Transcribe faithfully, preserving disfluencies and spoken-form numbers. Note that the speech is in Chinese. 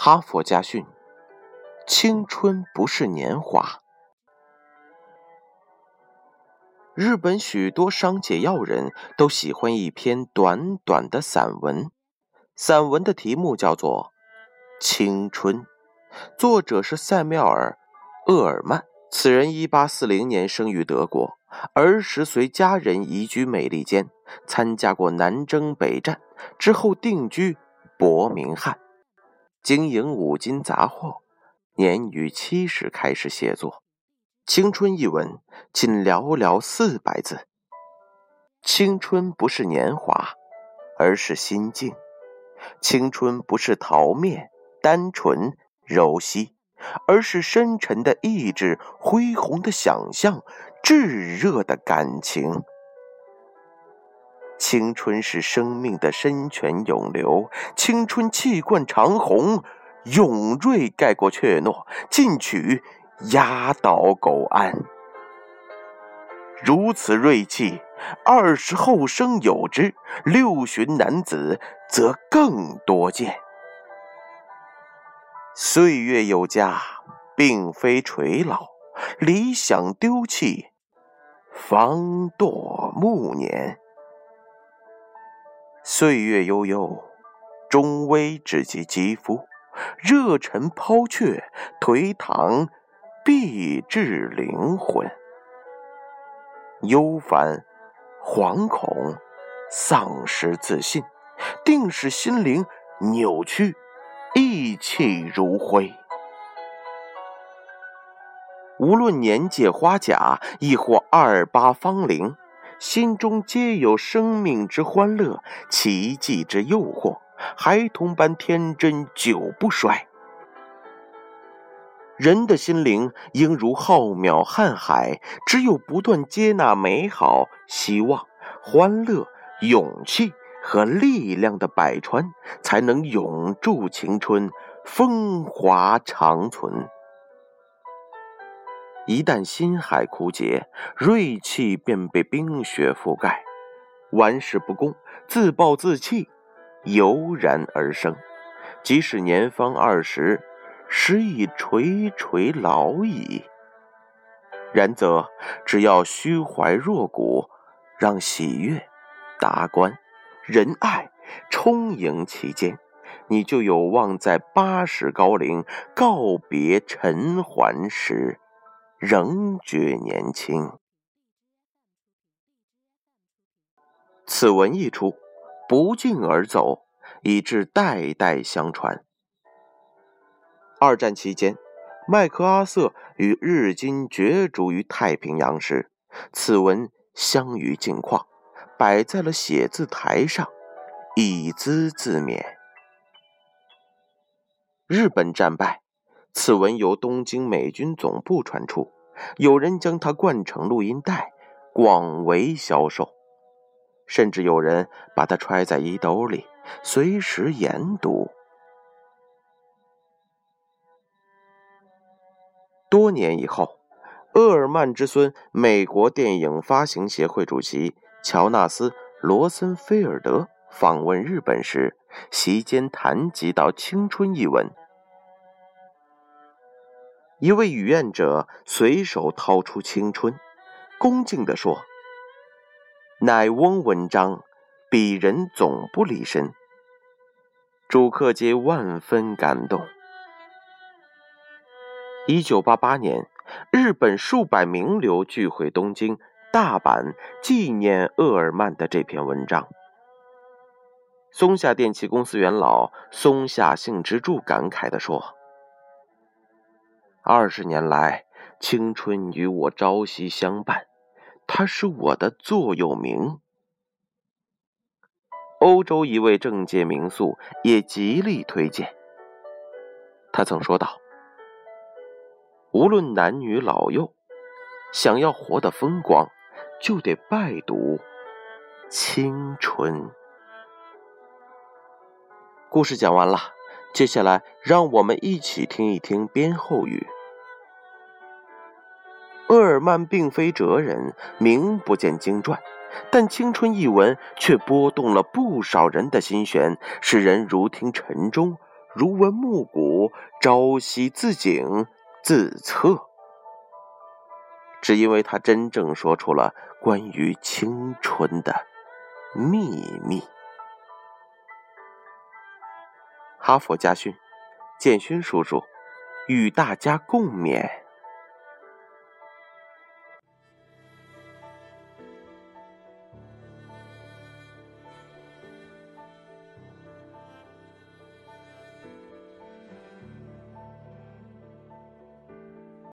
哈佛家训：青春不是年华。日本许多商界要人都喜欢一篇短短的散文，散文的题目叫做《青春》，作者是塞缪尔·厄尔曼。此人一八四零年生于德国，儿时随家人移居美利坚，参加过南征北战，之后定居伯明翰，经营五金杂货，年逾七十开始写作。青春一文仅寥寥四百字。青春不是年华，而是心境；青春不是桃面、单纯、柔细，而是深沉的意志、恢宏的想象、炙热的感情。青春是生命的深泉涌流，青春气贯长虹，勇锐盖过怯懦，进取压倒苟安。如此锐气，二十后生有之，六旬男子则更多见。岁月有加，并非垂老，理想丢弃，方堕暮年。岁月悠悠，终微至其肌肤，热忱抛却，颓唐必至灵魂。忧烦、惶恐、丧失自信，定使心灵扭曲，意气如灰。无论年届花甲，亦或二八芳龄，心中皆有生命之欢乐，奇迹之诱惑，孩童般天真久不衰。人的心灵应如浩渺瀚海，只有不断接纳美好、希望、欢乐、勇气和力量的百川，才能永驻青春，风华长存。一旦心海枯竭，锐气便被冰雪覆盖，玩世不恭、自暴自弃油然而生，即使年方二十，实已垂垂老矣。然则只要虚怀若谷，让喜悦、达观、仁爱充盈其间，你就有望在八十高龄告别尘寰时，仍觉年轻。此文一出，不胫而走，以致代代相传。二战期间，麦克阿瑟与日军角逐于太平洋时，此文相与镜框，摆在了写字台上，以资自勉。日本战败，此文由东京美军总部传出，有人将它灌成录音带，广为销售，甚至有人把它揣在衣兜里，随时研读。多年以后，厄尔曼之孙、美国电影发行协会主席乔纳斯·罗森菲尔德访问日本时，席间谈及到青春一文。一位与愿者随手掏出青春，恭敬地说：“乃翁文章，鄙人总不离身。”主客皆万分感动。一九八八年，日本数百名流聚会东京、大阪，纪念厄尔曼的这篇文章。松下电器公司元老松下幸之助感慨地说：“二十年来，青春与我朝夕相伴，它是我的座右铭。”欧洲一位政界名宿也极力推荐。他曾说道：“无论男女老幼，想要活得风光，就得拜读青春。”故事讲完了，接下来让我们一起听一听编后语。厄尔曼并非哲人，名不见经传，但青春一文却拨动了不少人的心弦，使人如听晨钟， 如闻暮鼓，朝夕自警自测。只因为他真正说出了关于青春的秘密。哈佛家训，建勋叔叔与大家共勉。